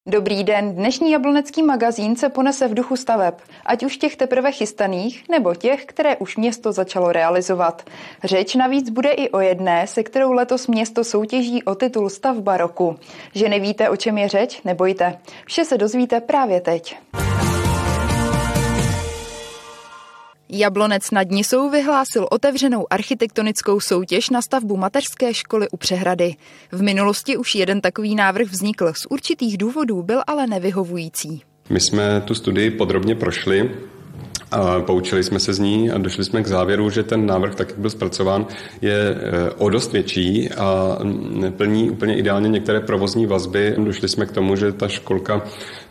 Dobrý den, dnešní Jablonecký magazín se ponese v duchu staveb, ať už těch teprve chystaných, nebo těch, které už město začalo realizovat. Řeč navíc bude i o jedné, se kterou letos město soutěží o titul Stavba roku. Že nevíte, o čem je řeč? Nebojte. Vše se dozvíte právě teď. Jablonec nad Nisou vyhlásil otevřenou architektonickou soutěž na stavbu mateřské školy u Přehrady. V minulosti už jeden takový návrh vznikl, z určitých důvodů byl ale nevyhovující. My jsme tu studii podrobně prošli a poučili jsme se z ní a došli jsme k závěru, že ten návrh, tak jak byl zpracován, je o dost větší a plní úplně ideálně některé provozní vazby. Došli jsme k tomu, že ta školka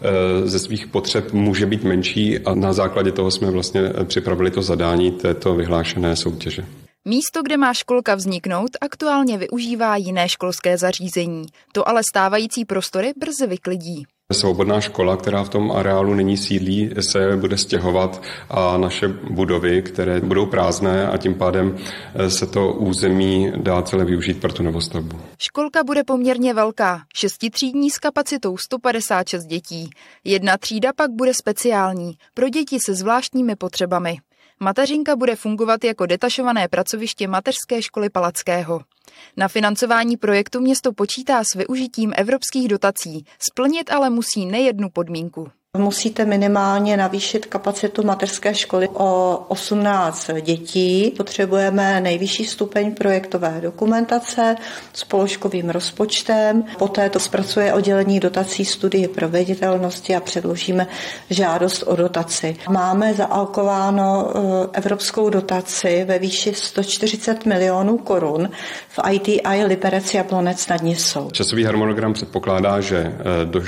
ze svých potřeb může být menší a na základě toho jsme vlastně připravili to zadání této vyhlášené soutěže. Místo, kde má školka vzniknout, aktuálně využívá jiné školské zařízení. To ale stávající prostory brzy vyklidí. Svobodná škola, která v tom areálu nyní sídlí, se bude stěhovat a naše budovy, které budou prázdné a tím pádem se to území dá celé využít pro tu novostavbu. Školka bude poměrně velká, 6třídní s kapacitou 156 dětí. Jedna třída pak bude speciální, pro děti se zvláštními potřebami. Mateřinka bude fungovat jako detašované pracoviště mateřské školy Palackého. Na financování projektu město počítá s využitím evropských dotací, splnit ale musí nejednu podmínku. Musíte minimálně navýšit kapacitu mateřské školy o 18 dětí. Potřebujeme nejvyšší stupeň projektové dokumentace s položkovým rozpočtem. Poté to zpracuje oddělení dotací studii proveditelnosti a předložíme žádost o dotaci. Máme zaalkováno evropskou dotaci ve výši 140 milionů korun v ITI Liberec Jablonec nad Nisou. Časový harmonogram předpokládá, že do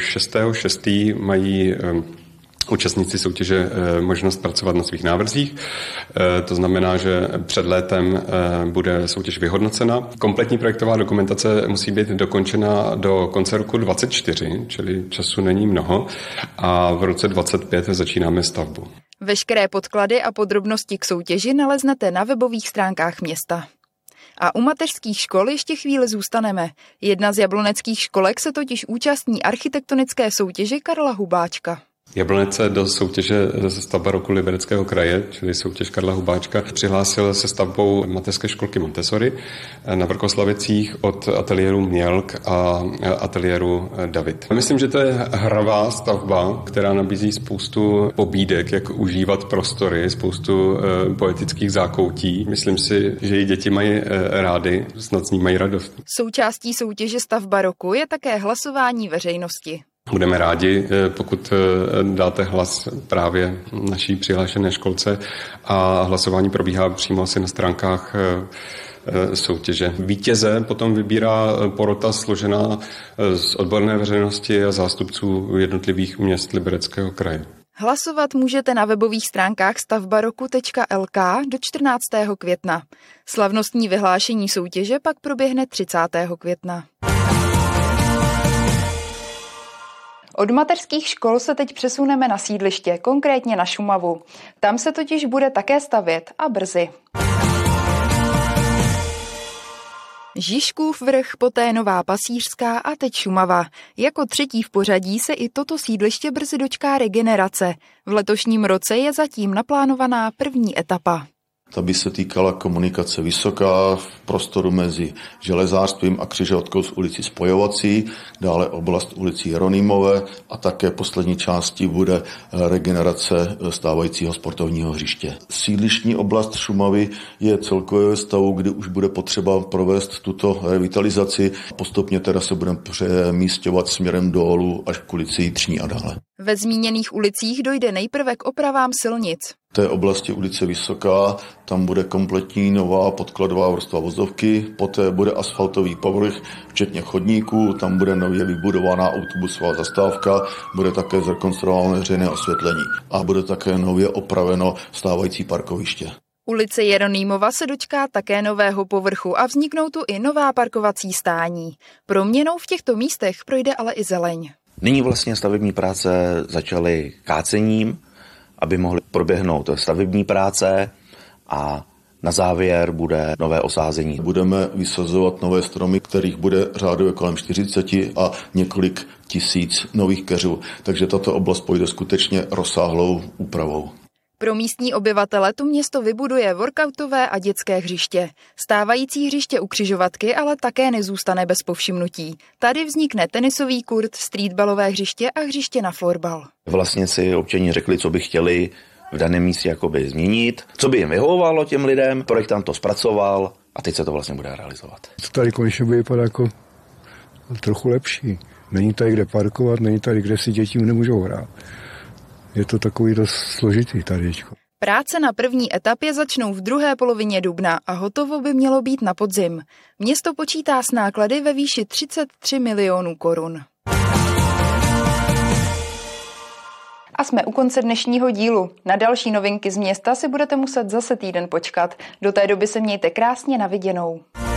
6.6. mají účastníci soutěže možnost pracovat na svých návrzích. To znamená, že před létem bude soutěž vyhodnocena. Kompletní projektová dokumentace musí být dokončena do konce roku 2024, čili času není mnoho, a v roce 2025 začínáme stavbu. Veškeré podklady a podrobnosti k soutěži naleznete na webových stránkách města. A u mateřských škol ještě chvíli zůstaneme. Jedna z jabloneckých školek se totiž účastní architektonické soutěže Karla Hubáčka. Jablonec se do soutěže Stavba roku Libereckého kraje, čili soutěž Karla Hubáčka, přihlásil se stavbou mateřské školky Montessori na Vrkoslavicích od ateliéru Mělk a ateliéru David. Myslím, že to je hravá stavba, která nabízí spoustu pobídek, jak užívat prostory, spoustu poetických zákoutí. Myslím si, že i děti mají rády, snad z ní mají radost. Součástí soutěže Stavba roku je také hlasování veřejnosti. Budeme rádi, pokud dáte hlas právě naší přihlášené školce a hlasování probíhá přímo asi na stránkách soutěže. Vítěze potom vybírá porota složená z odborné veřejnosti a zástupců jednotlivých měst Libereckého kraje. Hlasovat můžete na webových stránkách stavbaroku.lk do 14. května. Slavnostní vyhlášení soutěže pak proběhne 30. května. Od mateřských škol se teď přesuneme na sídliště, konkrétně na Šumavu. Tam se totiž bude také stavět a brzy. Žižkův vrch, poté Nová Pasířská a teď Šumava. Jako třetí v pořadí se i toto sídliště brzy dočká regenerace. V letošním roce je zatím naplánovaná první etapa. Ta by se týkala komunikace Vysoká v prostoru mezi Železářstvím a křižovatkou s ulicí Spojovací, dále oblast ulicí Jeronýmové a také poslední části bude regenerace stávajícího sportovního hřiště. Sídlištní oblast Šumavy je celkově stavu, kdy už bude potřeba provést tuto revitalizaci. Postupně teda se budeme přemísťovat směrem dolů až k ulici Jitřní a dále. Ve zmíněných ulicích dojde nejprve k opravám silnic. V té oblasti ulice Vysoká, tam bude kompletní nová podkladová vrstva vozovky, poté bude asfaltový povrch, včetně chodníků, tam bude nově vybudovaná autobusová zastávka, bude také zrekonstruováno veřejné osvětlení a bude také nově opraveno stávající parkoviště. Ulice Jeronýmova se dočká také nového povrchu a vzniknou tu i nová parkovací stání. Proměnou v těchto místech projde ale i zeleň. Nyní vlastně stavební práce začaly kácením, aby mohly proběhnout stavební práce a na závěr bude nové osázení. Budeme vysazovat nové stromy, kterých bude řádově kolem 40 a několik 000 nových keřů. Takže tato oblast půjde skutečně rozsáhlou úpravou. Pro místní obyvatele tu město vybuduje workoutové a dětské hřiště. Stávající hřiště u křižovatky ale také nezůstane bez povšimnutí. Tady vznikne tenisový kurt, streetballové hřiště a hřiště na florbal. Vlastně si občani řekli, co by chtěli v daném místě jakoby změnit, co by jim vyhovovalo těm lidem, projektant to zpracoval a teď se to vlastně bude realizovat. To tady konečně bude vypadat jako trochu lepší. Není tady kde parkovat, není tady kde si děti nemůžou hrát. Je to takový dost složitý tady. Práce na první etapě začnou v druhé polovině dubna a hotovo by mělo být na podzim. Město počítá s náklady ve výši 33 milionů korun. A jsme u konce dnešního dílu. Na další novinky z města si budete muset zase týden počkat. Do té doby se mějte krásně, na viděnou.